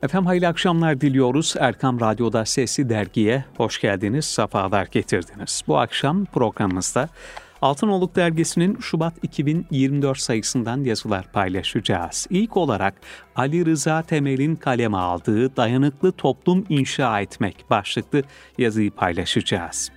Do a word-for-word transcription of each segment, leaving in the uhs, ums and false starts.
Efendim hayırlı akşamlar diliyoruz. Erkam Radyo'da Sesli Dergi'ye hoş geldiniz, sefalar getirdiniz. Bu akşam programımızda Altınoluk Dergisi'nin Şubat iki bin yirmi dört sayısından yazılar paylaşacağız. İlk olarak Ali Rıza Temel'in kaleme aldığı Dayanıklı Toplum İnşa Etmek başlıklı yazıyı paylaşacağız.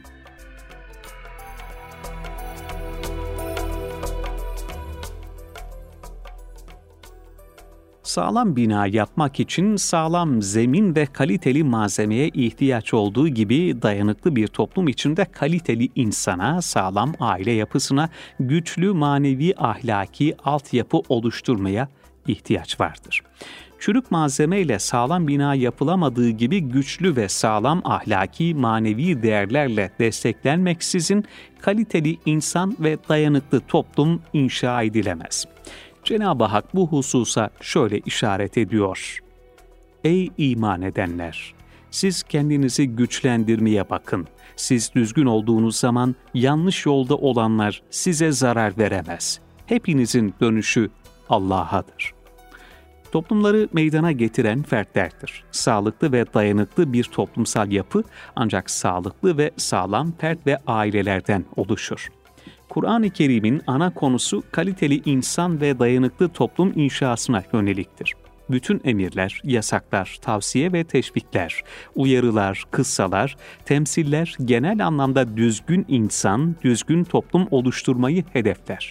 Sağlam bina yapmak için sağlam zemin ve kaliteli malzemeye ihtiyaç olduğu gibi dayanıklı bir toplum içinde kaliteli insana, sağlam aile yapısına, güçlü manevi ahlaki altyapı oluşturmaya ihtiyaç vardır. Çürük malzemeyle sağlam bina yapılamadığı gibi güçlü ve sağlam ahlaki manevi değerlerle desteklenmeksizin kaliteli insan ve dayanıklı toplum inşa edilemez. Cenab-ı Hak bu hususa şöyle işaret ediyor. Ey iman edenler! Siz kendinizi güçlendirmeye bakın. Siz düzgün olduğunuz zaman yanlış yolda olanlar size zarar veremez. Hepinizin dönüşü Allah'adır. Toplumları meydana getiren fertlerdir. Sağlıklı ve dayanıklı bir toplumsal yapı ancak sağlıklı ve sağlam fert ve ailelerden oluşur. Kur'an-ı Kerim'in ana konusu kaliteli insan ve dayanıklı toplum inşasına yöneliktir. Bütün emirler, yasaklar, tavsiye ve teşvikler, uyarılar, kıssalar, temsiller genel anlamda düzgün insan, düzgün toplum oluşturmayı hedefler.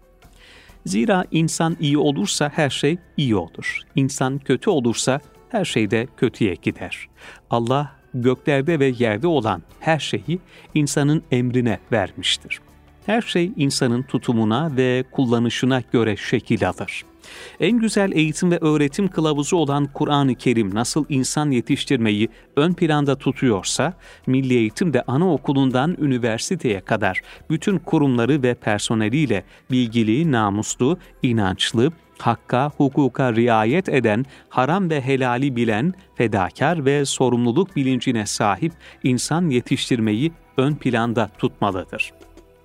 Zira insan iyi olursa her şey iyi olur. İnsan kötü olursa her şey de kötüye gider. Allah göklerde ve yerde olan her şeyi insanın emrine vermiştir. Her şey insanın tutumuna ve kullanışına göre şekil alır. En güzel eğitim ve öğretim kılavuzu olan Kur'an-ı Kerim nasıl insan yetiştirmeyi ön planda tutuyorsa, Milli Eğitim de anaokulundan üniversiteye kadar bütün kurumları ve personeliyle bilgili, namuslu, inançlı, hakka, hukuka riayet eden, haram ve helali bilen, fedakar ve sorumluluk bilincine sahip insan yetiştirmeyi ön planda tutmalıdır.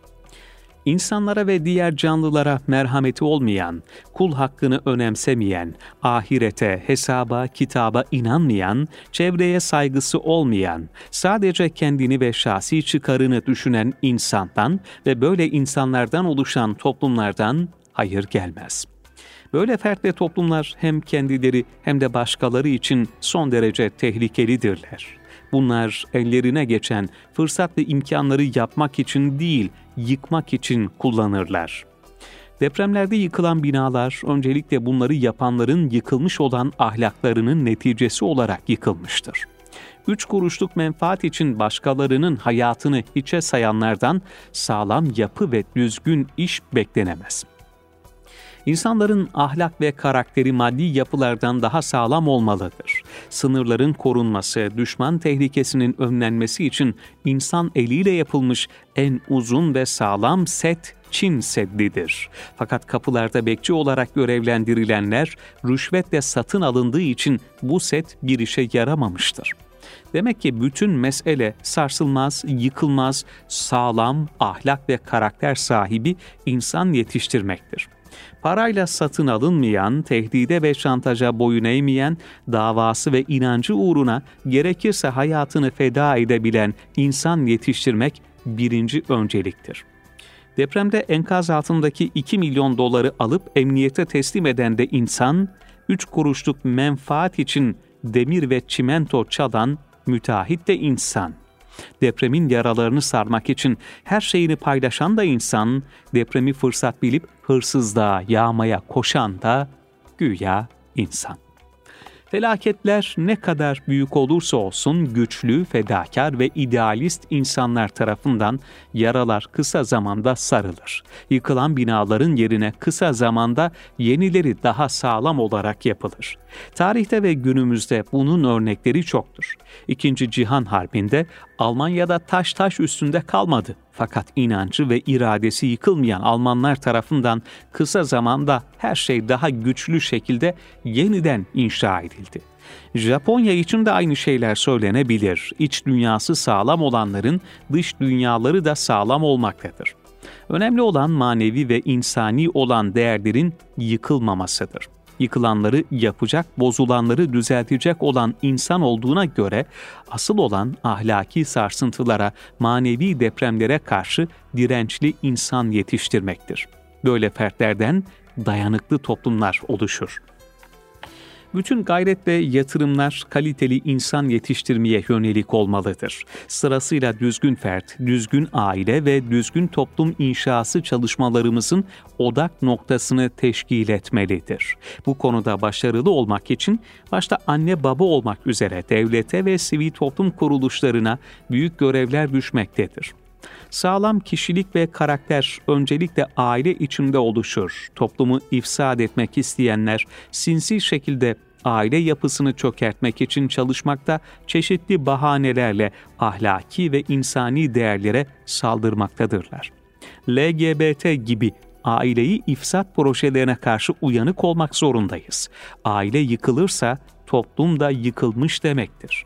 İnsanlara ve diğer canlılara merhameti olmayan, kul hakkını önemsemeyen, ahirete, hesaba, kitaba inanmayan, çevreye saygısı olmayan, sadece kendini ve şahsi çıkarını düşünen insandan ve böyle insanlardan oluşan toplumlardan hayır gelmez. Böyle fert ve toplumlar hem kendileri hem de başkaları için son derece tehlikelidirler. Bunlar ellerine geçen fırsat ve imkanları yapmak için değil, yıkmak için kullanırlar. Depremlerde yıkılan binalar öncelikle bunları yapanların yıkılmış olan ahlaklarının neticesi olarak yıkılmıştır. Üç kuruşluk menfaat için başkalarının hayatını hiçe sayanlardan sağlam yapı ve düzgün iş beklenemez. İnsanların ahlak ve karakteri maddi yapılardan daha sağlam olmalıdır. Sınırların korunması, düşman tehlikesinin önlenmesi için insan eliyle yapılmış en uzun ve sağlam set Çin Seddi'dir. Fakat kapılarda bekçi olarak görevlendirilenler rüşvetle satın alındığı için bu set bir işe yaramamıştır. Demek ki bütün mesele sarsılmaz, yıkılmaz, sağlam, ahlak ve karakter sahibi insan yetiştirmektir. Parayla satın alınmayan, tehdide ve şantaja boyun eğmeyen, davası ve inancı uğruna gerekirse hayatını feda edebilen insan yetiştirmek birinci önceliktir. Depremde enkaz altındaki iki milyon doları alıp emniyete teslim eden de insan, üç kuruşluk menfaat için demir ve çimento çalan müteahhit de insan. Depremin yaralarını sarmak için her şeyini paylaşan da insan, depremi fırsat bilip hırsızlığa, yağmaya koşan da güya insan. Felaketler ne kadar büyük olursa olsun güçlü, fedakar ve idealist insanlar tarafından yaralar kısa zamanda sarılır. Yıkılan binaların yerine kısa zamanda yenileri daha sağlam olarak yapılır. Tarihte ve günümüzde bunun örnekleri çoktur. İkinci Cihan Harbi'nde Almanya'da taş taş üstünde kalmadı. Fakat inancı ve iradesi yıkılmayan Almanlar tarafından kısa zamanda her şey daha güçlü şekilde yeniden inşa edildi. Japonya için de aynı şeyler söylenebilir. İç dünyası sağlam olanların dış dünyaları da sağlam olmaktadır. Önemli olan manevi ve insani olan değerlerin yıkılmamasıdır. Yıkılanları yapacak, bozulanları düzeltecek olan insan olduğuna göre asıl olan ahlaki sarsıntılara, manevi depremlere karşı dirençli insan yetiştirmektir. Böyle fertlerden dayanıklı toplumlar oluşur. Bütün gayret ve yatırımlar kaliteli insan yetiştirmeye yönelik olmalıdır. Sırasıyla düzgün fert, düzgün aile ve düzgün toplum inşası çalışmalarımızın odak noktasını teşkil etmelidir. Bu konuda başarılı olmak için başta anne baba olmak üzere devlete ve sivil toplum kuruluşlarına büyük görevler düşmektedir. Sağlam kişilik ve karakter öncelikle aile içinde oluşur. Toplumu ifsad etmek isteyenler sinsi şekilde aile yapısını çökertmek için çalışmakta, çeşitli bahanelerle ahlaki ve insani değerlere saldırmaktadırlar. L G B T gibi aileyi ifsat projelerine karşı uyanık olmak zorundayız. Aile yıkılırsa toplum da yıkılmış demektir.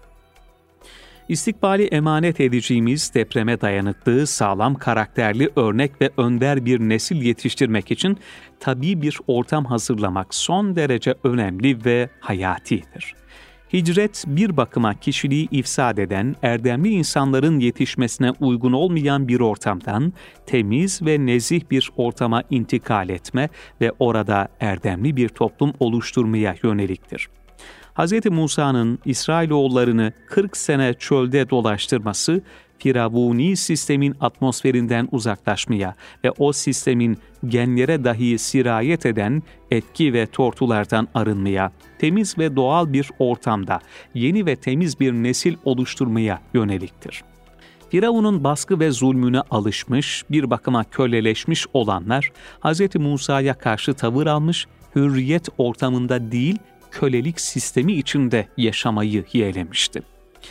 İstikbali emanet edeceğimiz depreme dayanıklı, sağlam karakterli, örnek ve önder bir nesil yetiştirmek için tabii bir ortam hazırlamak son derece önemli ve hayatidir. Hicret bir bakıma kişiliği ifsad eden, erdemli insanların yetişmesine uygun olmayan bir ortamdan temiz ve nezih bir ortama intikal etme ve orada erdemli bir toplum oluşturmaya yöneliktir. Hz. Musa'nın İsrailoğullarını kırk sene çölde dolaştırması, Firavuni sistemin atmosferinden uzaklaşmaya ve o sistemin genlere dahi sirayet eden etki ve tortulardan arınmaya, temiz ve doğal bir ortamda yeni ve temiz bir nesil oluşturmaya yöneliktir. Firavun'un baskı ve zulmüne alışmış, bir bakıma köleleşmiş olanlar, Hz. Musa'ya karşı tavır almış, hürriyet ortamında değil, kölelik sistemi içinde yaşamayı yeğlemişti.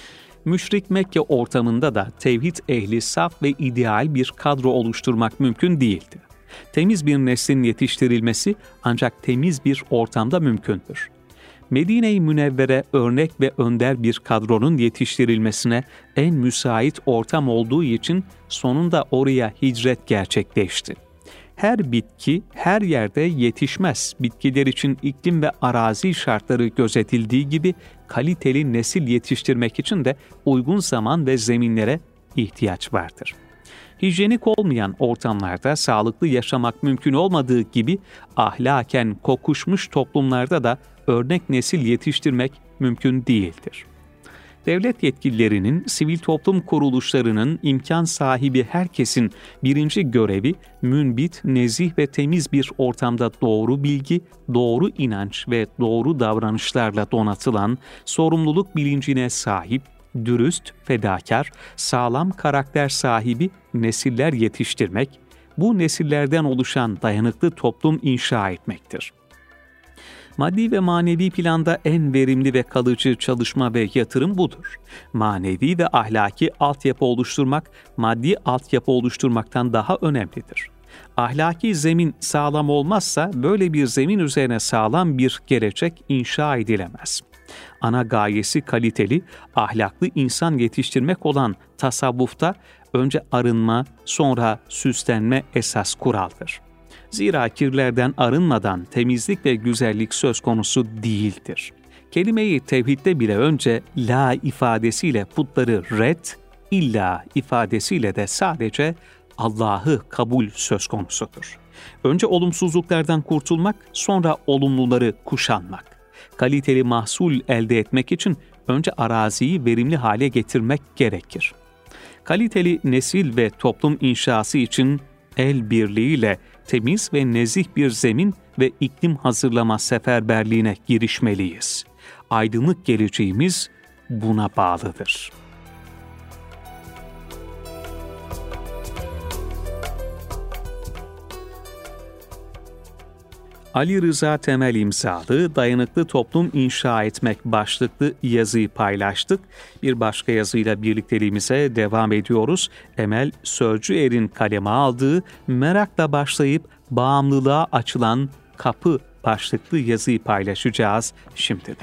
Müşrik Mekke ortamında da tevhid ehli saf ve ideal bir kadro oluşturmak mümkün değildi. Temiz bir neslin yetiştirilmesi ancak temiz bir ortamda mümkündür. Medine-i Münevvere örnek ve önder bir kadronun yetiştirilmesine en müsait ortam olduğu için sonunda oraya hicret gerçekleşti. Her bitki her yerde yetişmez. Bitkiler için iklim ve arazi şartları gözetildiği gibi kaliteli nesil yetiştirmek için de uygun zaman ve zeminlere ihtiyaç vardır. Hijyenik olmayan ortamlarda sağlıklı yaşamak mümkün olmadığı gibi ahlaken kokuşmuş toplumlarda da örnek nesil yetiştirmek mümkün değildir. Devlet yetkililerinin, sivil toplum kuruluşlarının, imkan sahibi herkesin birinci görevi, münbit, nezih ve temiz bir ortamda doğru bilgi, doğru inanç ve doğru davranışlarla donatılan, sorumluluk bilincine sahip, dürüst, fedakar, sağlam karakter sahibi nesiller yetiştirmek, bu nesillerden oluşan dayanıklı toplum inşa etmektir. Maddi ve manevi planda en verimli ve kalıcı çalışma ve yatırım budur. Manevi ve ahlaki altyapı oluşturmak, maddi altyapı oluşturmaktan daha önemlidir. Ahlaki zemin sağlam olmazsa böyle bir zemin üzerine sağlam bir gelecek inşa edilemez. Ana gayesi kaliteli, ahlaklı insan yetiştirmek olan tasavvufta önce arınma, sonra süslenme esas kuraldır. Zira kirlerden arınmadan temizlik ve güzellik söz konusu değildir. Kelime-i tevhidde bile önce la ifadesiyle putları red, illa ifadesiyle de sadece Allah'ı kabul söz konusudur. Önce olumsuzluklardan kurtulmak, sonra olumluları kuşanmak. Kaliteli mahsul elde etmek için önce araziyi verimli hale getirmek gerekir. Kaliteli nesil ve toplum inşası için el birliğiyle temiz ve nezih bir zemin ve iklim hazırlama seferberliğine girişmeliyiz. Aydınlık geleceğimiz buna bağlıdır. Ali Rıza Temel imzalı Dayanıklı Toplum İnşa Etmek başlıklı yazıyı paylaştık. Bir başka yazıyla birlikteliğimize devam ediyoruz. Emel Sözcüer'in kaleme aldığı Merakla Başlayıp Bağımlılığa Açılan Kapı başlıklı yazıyı paylaşacağız şimdi de.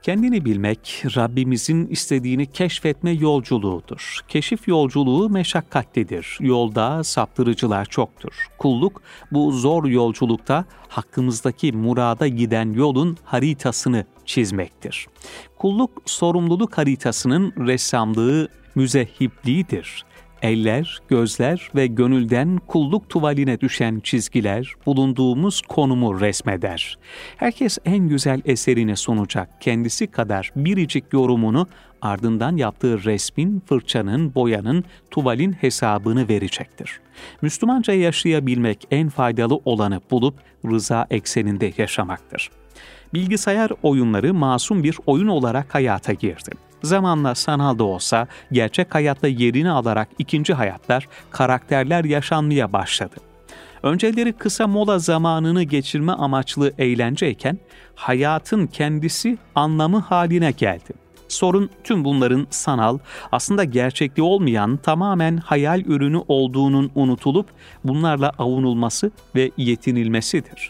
Kendini bilmek, Rabbimizin istediğini keşfetme yolculuğudur. Keşif yolculuğu meşakkatlidir. Yolda saptırıcılar çoktur. Kulluk, bu zor yolculukta hakkımızdaki murada giden yolun haritasını çizmektir. Kulluk, sorumluluk haritasının ressamlığı, müzehhipliğidir. Eller, gözler ve gönülden kulluk tuvaline düşen çizgiler bulunduğumuz konumu resmeder. Herkes en güzel eserini sunacak, kendisi kadar biricik yorumunu, ardından yaptığı resmin, fırçanın, boyanın, tuvalin hesabını verecektir. Müslümanca yaşayabilmek en faydalı olanı bulup rıza ekseninde yaşamaktır. Bilgisayar oyunları masum bir oyun olarak hayata girdi. Zamanla sanal da olsa gerçek hayatta yerini alarak ikinci hayatlar, karakterler yaşanmaya başladı. Önceleri kısa mola zamanını geçirme amaçlı eğlenceyken hayatın kendisi anlamı haline geldi. Sorun tüm bunların sanal, aslında gerçekliği olmayan tamamen hayal ürünü olduğunun unutulup bunlarla avunulması ve yetinilmesidir.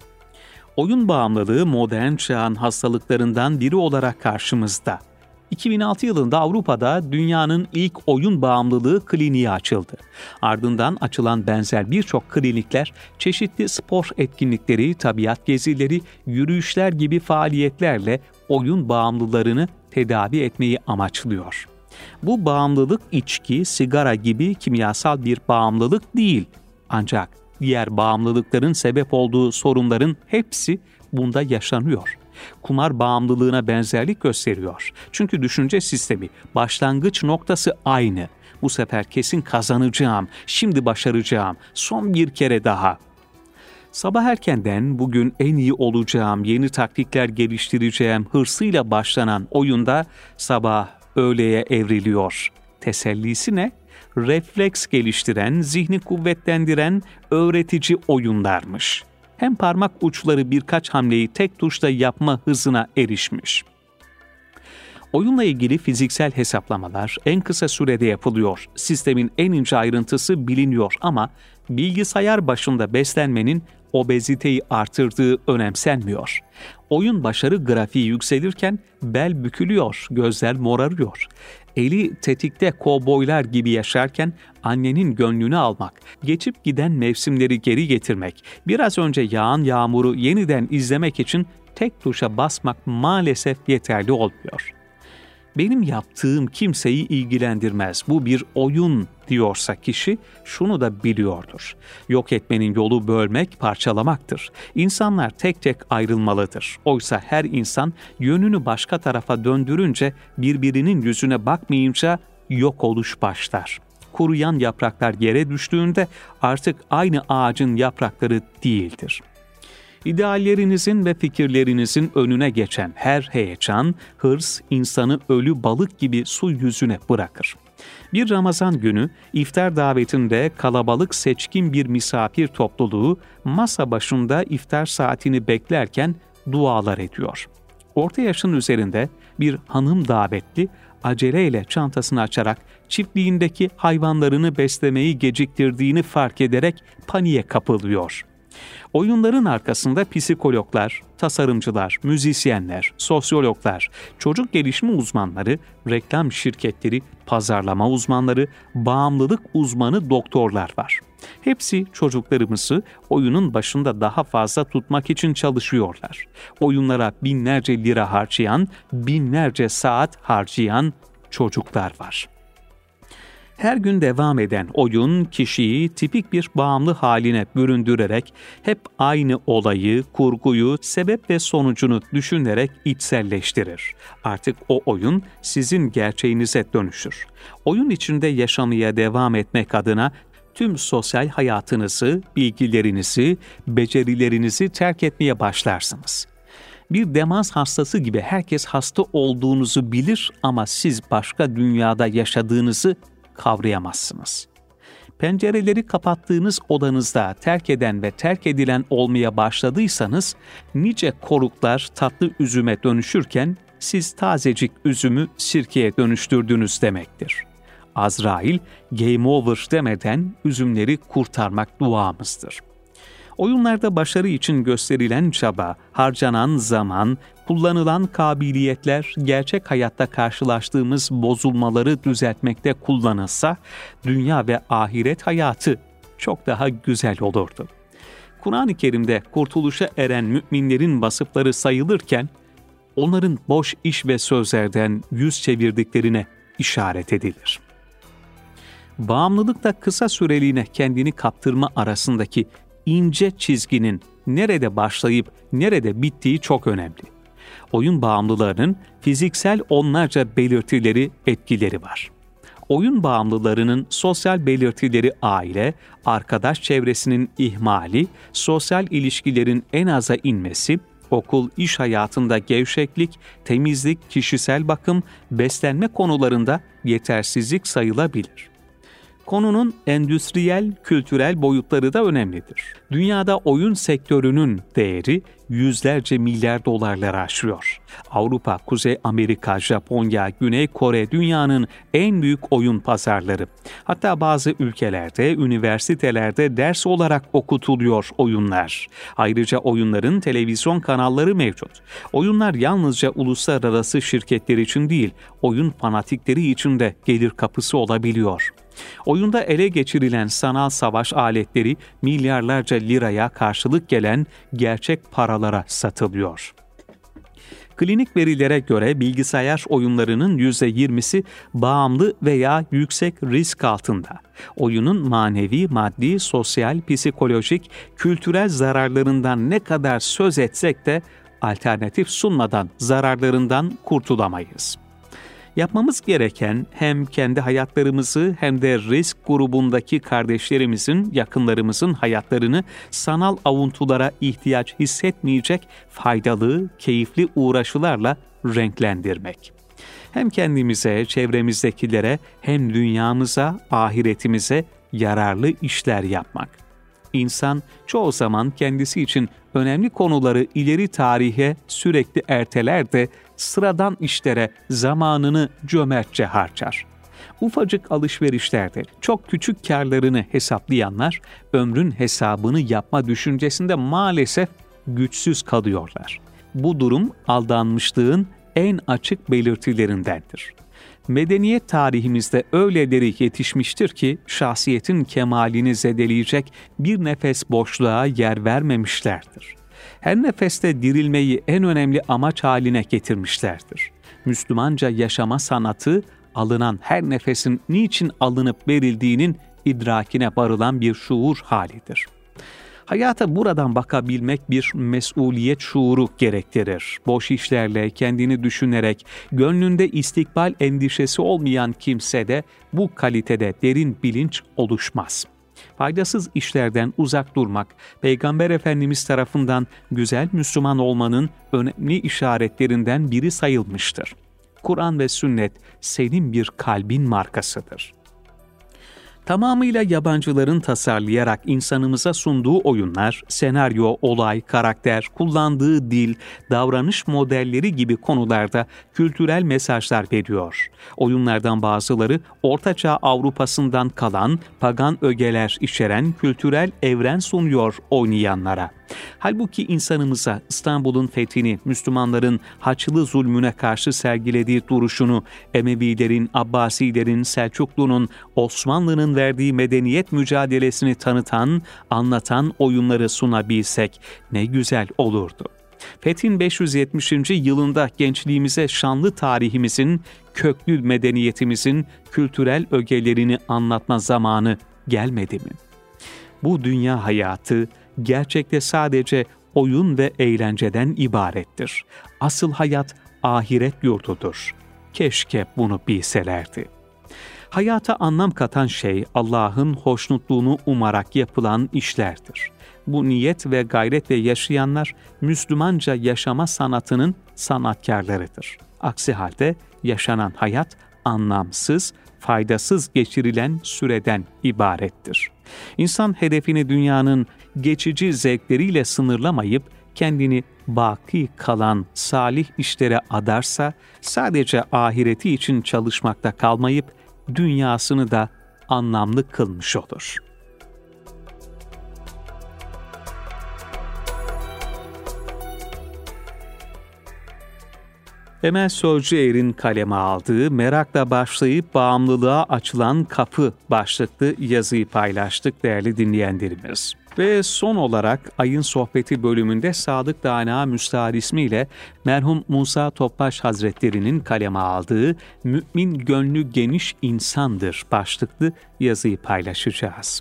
Oyun bağımlılığı modern çağın hastalıklarından biri olarak karşımızda. iki bin altı yılında Avrupa'da dünyanın ilk oyun bağımlılığı kliniği açıldı. Ardından açılan benzer birçok klinikler, çeşitli spor etkinlikleri, tabiat gezileri, yürüyüşler gibi faaliyetlerle oyun bağımlılarını tedavi etmeyi amaçlıyor. Bu bağımlılık içki, sigara gibi kimyasal bir bağımlılık değil. Ancak diğer bağımlılıkların sebep olduğu sorunların hepsi bunda yaşanıyor. Kumar bağımlılığına benzerlik gösteriyor. Çünkü düşünce sistemi, başlangıç noktası aynı. Bu sefer kesin kazanacağım, şimdi başaracağım, son bir kere daha. Sabah erkenden bugün en iyi olacağım, yeni taktikler geliştireceğim hırsıyla başlanan oyunda sabah öğleye evriliyor. Tesellisi ne? Refleks geliştiren, zihni kuvvetlendiren, öğretici oyunlarmış. Hem parmak uçları birkaç hamleyi tek tuşla yapma hızına erişmiş. Oyunla ilgili fiziksel hesaplamalar en kısa sürede yapılıyor. Sistemin en ince ayrıntısı biliniyor ama bilgisayar başında beslenmenin obeziteyi artırdığı önemsenmiyor. Oyun başarı grafiği yükselirken bel bükülüyor, gözler morarıyor. Eli tetikte kovboylar gibi yaşarken annenin gönlünü almak, geçip giden mevsimleri geri getirmek, biraz önce yağan yağmuru yeniden izlemek için tek tuşa basmak maalesef yeterli olmuyor. Benim yaptığım kimseyi ilgilendirmez, bu bir oyun diyorsa kişi şunu da biliyordur. Yok etmenin yolu bölmek, parçalamaktır. İnsanlar tek tek ayrılmalıdır. Oysa her insan yönünü başka tarafa döndürünce, birbirinin yüzüne bakmayınca yok oluş başlar. Kuruyan yapraklar yere düştüğünde artık aynı ağacın yaprakları değildir. İdeallerinizin ve fikirlerinizin önüne geçen her heyecan, hırs insanı ölü balık gibi su yüzüne bırakır. Bir Ramazan günü iftar davetinde kalabalık seçkin bir misafir topluluğu masa başında iftar saatini beklerken dualar ediyor. Orta yaşın üzerinde bir hanım davetli aceleyle çantasını açarak çiftliğindeki hayvanlarını beslemeyi geciktirdiğini fark ederek paniğe kapılıyor. Oyunların arkasında psikologlar, tasarımcılar, müzisyenler, sosyologlar, çocuk gelişimi uzmanları, reklam şirketleri, pazarlama uzmanları, bağımlılık uzmanı doktorlar var. Hepsi çocuklarımızı oyunun başında daha fazla tutmak için çalışıyorlar. Oyunlara binlerce lira harcayan, binlerce saat harcayan çocuklar var. Her gün devam eden oyun kişiyi tipik bir bağımlı haline büründürerek hep aynı olayı, kurguyu, sebep ve sonucunu düşünerek içselleştirir. Artık o oyun sizin gerçeğinize dönüşür. Oyun içinde yaşamaya devam etmek adına tüm sosyal hayatınızı, bilgilerinizi, becerilerinizi terk etmeye başlarsınız. Bir demans hastası gibi herkes hasta olduğunuzu bilir ama siz başka dünyada yaşadığınızı kavrayamazsınız. Pencereleri kapattığınız odanızda terk eden ve terk edilen olmaya başladıysanız, nice koruklar tatlı üzüme dönüşürken siz tazecik üzümü sirkeye dönüştürdünüz demektir. Azrail, game over demeden üzümleri kurtarmak duamızdır. Oyunlarda başarı için gösterilen çaba, harcanan zaman, kullanılan kabiliyetler gerçek hayatta karşılaştığımız bozulmaları düzeltmekte kullanılsa, dünya ve ahiret hayatı çok daha güzel olurdu. Kur'an-ı Kerim'de kurtuluşa eren müminlerin vasıfları sayılırken, onların boş iş ve sözlerden yüz çevirdiklerine işaret edilir. Bağımlılıkla kısa süreliğine kendini kaptırma arasındaki ince çizginin nerede başlayıp nerede bittiği çok önemli. Oyun bağımlılarının fiziksel onlarca belirtileri, etkileri var. Oyun bağımlılarının sosyal belirtileri aile, arkadaş çevresinin ihmali, sosyal ilişkilerin en aza inmesi, okul, iş hayatında gevşeklik, temizlik, kişisel bakım, beslenme konularında yetersizlik sayılabilir. Konunun endüstriyel, kültürel boyutları da önemlidir. Dünyada oyun sektörünün değeri yüzlerce milyar dolarları aşıyor. Avrupa, Kuzey Amerika, Japonya, Güney Kore dünyanın en büyük oyun pazarları. Hatta bazı ülkelerde, üniversitelerde ders olarak okutuluyor oyunlar. Ayrıca oyunların televizyon kanalları mevcut. Oyunlar yalnızca uluslararası şirketler için değil, oyun fanatikleri için de gelir kapısı olabiliyor. Oyunda ele geçirilen sanal savaş aletleri milyarlarca liraya karşılık gelen gerçek paralara satılıyor. Klinik verilere göre bilgisayar oyunlarının yüzde yirmisi bağımlı veya yüksek risk altında. Oyunun manevi, maddi, sosyal, psikolojik, kültürel zararlarından ne kadar söz etsek de alternatif sunmadan zararlarından kurtulamayız. Yapmamız gereken hem kendi hayatlarımızı hem de risk grubundaki kardeşlerimizin, yakınlarımızın hayatlarını sanal avuntulara ihtiyaç hissetmeyecek faydalı, keyifli uğraşılarla renklendirmek. Hem kendimize, çevremizdekilere hem dünyamıza, ahiretimize yararlı işler yapmak. İnsan çoğu zaman kendisi için önemli konuları ileri tarihe sürekli erteler de sıradan işlere zamanını cömertçe harcar. Ufacık alışverişlerde çok küçük kârlarını hesaplayanlar ömrün hesabını yapma düşüncesinde maalesef güçsüz kalıyorlar. Bu durum aldanmışlığın en açık belirtilerindendir. Medeniyet tarihimizde öyleleri yetişmiştir ki şahsiyetin kemalini zedeleyecek bir nefes boşluğa yer vermemişlerdir. Her nefeste dirilmeyi en önemli amaç haline getirmişlerdir. Müslümanca yaşama sanatı, alınan her nefesin niçin alınıp verildiğinin idrakine varılan bir şuur halidir. Hayata buradan bakabilmek bir mesuliyet şuuru gerektirir. Boş işlerle, kendini düşünerek, gönlünde istikbal endişesi olmayan kimsede bu kalitede derin bilinç oluşmaz. Faydasız işlerden uzak durmak, Peygamber Efendimiz tarafından güzel Müslüman olmanın önemli işaretlerinden biri sayılmıştır. Kur'an ve sünnet senin bir kalbin markasıdır. Tamamıyla yabancıların tasarlayarak insanımıza sunduğu oyunlar, senaryo, olay, karakter, kullandığı dil, davranış modelleri gibi konularda kültürel mesajlar veriyor. Oyunlardan bazıları Ortaçağ Avrupa'sından kalan pagan ögeler içeren kültürel evren sunuyor oynayanlara. Halbuki insanımıza İstanbul'un fethini, Müslümanların Haçlı zulmüne karşı sergilediği duruşunu, Emevilerin, Abbasilerin, Selçuklu'nun, Osmanlı'nın verdiği medeniyet mücadelesini tanıtan, anlatan oyunları sunabilsek ne güzel olurdu. Fethin beş yüz yetmişinci yılında gençliğimize şanlı tarihimizin, köklü medeniyetimizin kültürel ögelerini anlatma zamanı gelmedi mi? Bu dünya hayatı gerçekte sadece oyun ve eğlenceden ibarettir. Asıl hayat ahiret yurdudur. Keşke bunu bilselerdi. Hayata anlam katan şey Allah'ın hoşnutluğunu umarak yapılan işlerdir. Bu niyet ve gayretle yaşayanlar Müslümanca yaşama sanatının sanatkarlarıdır. Aksi halde yaşanan hayat anlamsız, faydasız geçirilen süreden ibarettir. İnsan hedefini dünyanın geçici zevkleriyle sınırlamayıp kendini baki kalan salih işlere adarsa sadece ahireti için çalışmakta kalmayıp dünyasını da anlamlı kılmış olur. Emel Sözcüer'in kaleme aldığı "Merakla başlayıp bağımlılığa açılan kapı" başlıklı yazıyı paylaştık değerli dinleyenlerimiz. Ve son olarak Ayın Sohbeti bölümünde Sadık Dana Müstahar ismiyle merhum Musa Topbaş Hazretleri'nin kaleme aldığı "Mümin gönlü geniş insandır" başlıklı yazıyı paylaşacağız.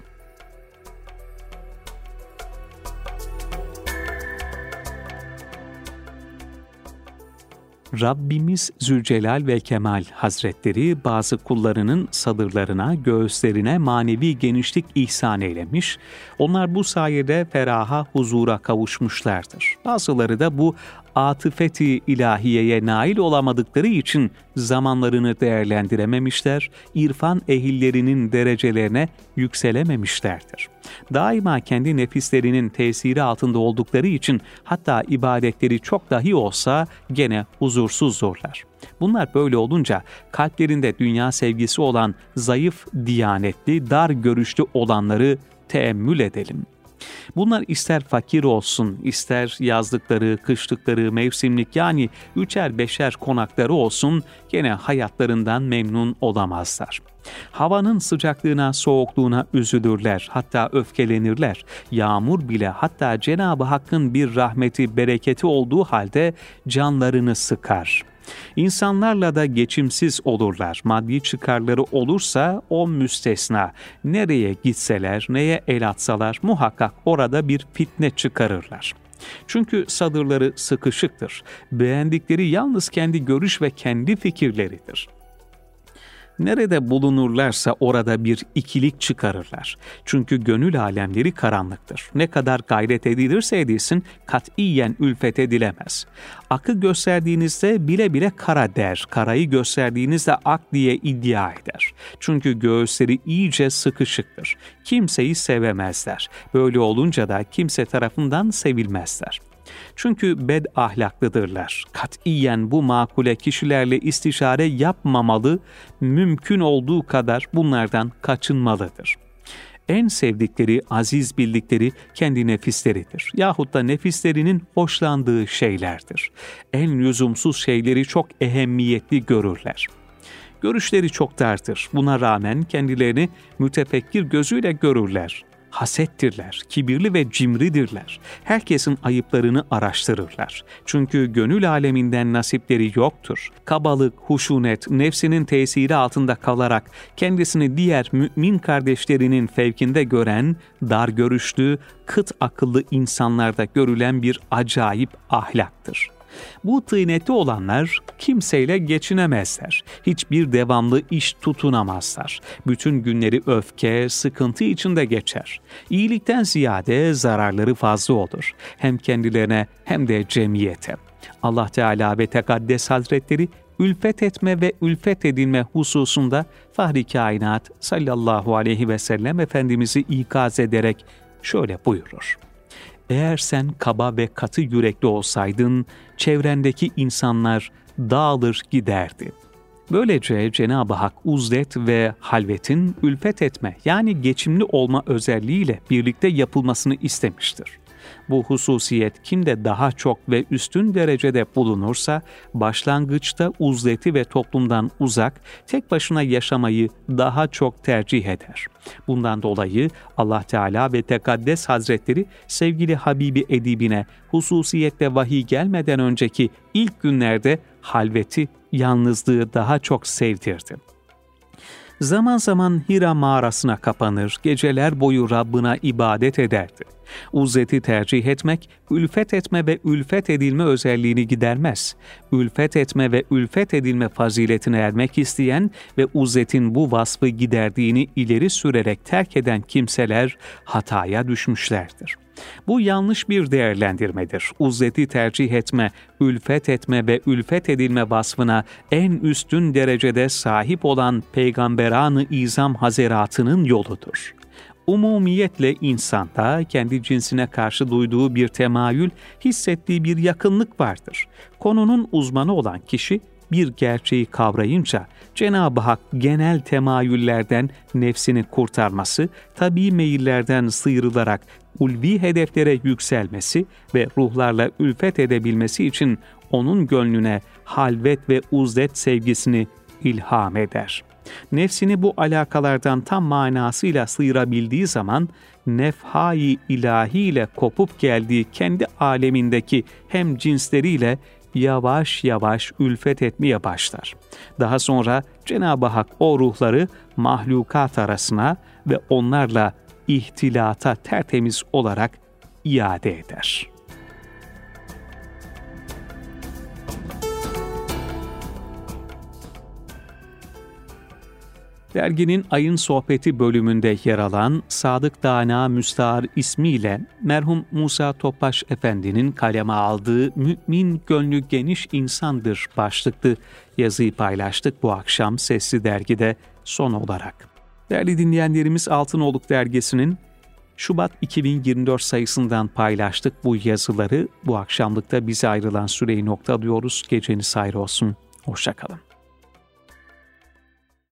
Rabbimiz Zülcelal ve Kemal Hazretleri bazı kullarının sadırlarına, göğüslerine manevi genişlik ihsan eylemiş, onlar bu sayede feraha, huzura kavuşmuşlardır. Bazıları da bu atıfeti ilahiyeye nail olamadıkları için zamanlarını değerlendirememişler, irfan ehillerinin derecelerine yükselememişlerdir. Daima kendi nefislerinin tesiri altında oldukları için hatta ibadetleri çok dahi olsa gene huzursuzdurlar. Bunlar böyle olunca kalplerinde dünya sevgisi olan zayıf, diyanetli, dar görüşlü olanları teemmül edelim. Bunlar ister fakir olsun, ister yazlıkları, kışlıkları, mevsimlik yani üçer beşer konakları olsun gene hayatlarından memnun olamazlar. Havanın sıcaklığına, soğukluğuna üzülürler, hatta öfkelenirler. Yağmur bile hatta Cenab-ı Hakk'ın bir rahmeti, bereketi olduğu halde canlarını sıkar. İnsanlarla da geçimsiz olurlar. Maddi çıkarları olursa o müstesna. Nereye gitseler, neye el atsalar muhakkak orada bir fitne çıkarırlar. Çünkü sadırları sıkışıktır. Beğendikleri yalnız kendi görüş ve kendi fikirleridir. Nerede bulunurlarsa orada bir ikilik çıkarırlar. Çünkü gönül alemleri karanlıktır. Ne kadar gayret edilirse edilsin katiyen ülfet edilemez. Akı gösterdiğinizde bile bile kara der, karayı gösterdiğinizde ak diye iddia eder. Çünkü göğüsleri iyice sıkışıktır. Kimseyi sevemezler. Böyle olunca da kimse tarafından sevilmezler. Çünkü bed ahlaklıdırlar. Katiyen bu makule kişilerle istişare yapmamalı, mümkün olduğu kadar bunlardan kaçınmalıdır. En sevdikleri, aziz bildikleri kendi nefisleridir. Yahut da nefislerinin hoşlandığı şeylerdir. En lüzumsuz şeyleri çok ehemmiyetli görürler. Görüşleri çok dardır. Buna rağmen kendilerini mütefekkir gözüyle görürler. Hasettirler, kibirli ve cimridirler. Herkesin ayıplarını araştırırlar. Çünkü gönül aleminden nasipleri yoktur. Kabalık, huşunet, nefsinin tesiri altında kalarak kendisini diğer mümin kardeşlerinin fevkinde gören, dar görüşlü, kıt akıllı insanlarda görülen bir acayip ahlaktır. Bu tıynetli olanlar kimseyle geçinemezler. Hiçbir devamlı iş tutunamazlar. Bütün günleri öfke, sıkıntı içinde geçer. İyilikten ziyade zararları fazla olur. Hem kendilerine hem de cemiyete. Allah Teala ve Tekaddes Hazretleri ülfet etme ve ülfet edilme hususunda Fahri Kainat sallallahu aleyhi ve sellem Efendimiz'i ikaz ederek şöyle buyurur. Eğer sen kaba ve katı yürekli olsaydın, çevrendeki insanlar dağılır giderdi. Böylece Cenab-ı Hak uzlet ve halvetin ülfet etme yani geçimli olma özelliğiyle birlikte yapılmasını istemiştir. Bu hususiyet kimde daha çok ve üstün derecede bulunursa, başlangıçta uzleti ve toplumdan uzak, tek başına yaşamayı daha çok tercih eder. Bundan dolayı Allah Teala ve Tekaddes Hazretleri sevgili Habibi Edibine hususiyetle vahiy gelmeden önceki ilk günlerde halveti, yalnızlığı daha çok sevdirdi. Zaman zaman Hira mağarasına kapanır, geceler boyu Rabbına ibadet ederdi. Uzleti tercih etmek, ülfet etme ve ülfet edilme özelliğini gidermez. Ülfet etme ve ülfet edilme faziletine ermek isteyen ve uzletin bu vasfı giderdiğini ileri sürerek terk eden kimseler hataya düşmüşlerdir. Bu yanlış bir değerlendirmedir. Uzleti tercih etme, ülfet etme ve ülfet edilme vasfına en üstün derecede sahip olan Peygamberan-ı İzam Hazeratının yoludur. Umumiyetle insanda kendi cinsine karşı duyduğu bir temayül, hissettiği bir yakınlık vardır. Konunun uzmanı olan kişi bir gerçeği kavrayınca Cenab-ı Hak genel temayüllerden nefsini kurtarması, tabii meyillerden sıyrılarak ulvi hedeflere yükselmesi ve ruhlarla ülfet edebilmesi için onun gönlüne halvet ve uzlet sevgisini ilham eder. Nefsini bu alakalardan tam manasıyla sıyırabildiği zaman nefhai ilahiyle kopup geldiği kendi alemindeki hem cinsleriyle yavaş yavaş ülfet etmeye başlar. Daha sonra Cenab-ı Hak o ruhları mahlukat arasına ve onlarla ihtilata tertemiz olarak iade eder. Derginin Ayın Sohbeti bölümünde yer alan Sadık Dana Müstahar ismiyle merhum Musa Topbaş Efendi'nin kaleme aldığı "Mümin gönlü geniş insandır" başlıklı yazıyı paylaştık bu akşam Sesli Dergi'de son olarak. Değerli dinleyenlerimiz, Altınoluk Dergisi'nin Şubat iki bin yirmi dört sayısından paylaştık bu yazıları. Bu akşamlıkta bize ayrılan süreyi noktalıyoruz. Geceniz hayır olsun. Hoşça kalın.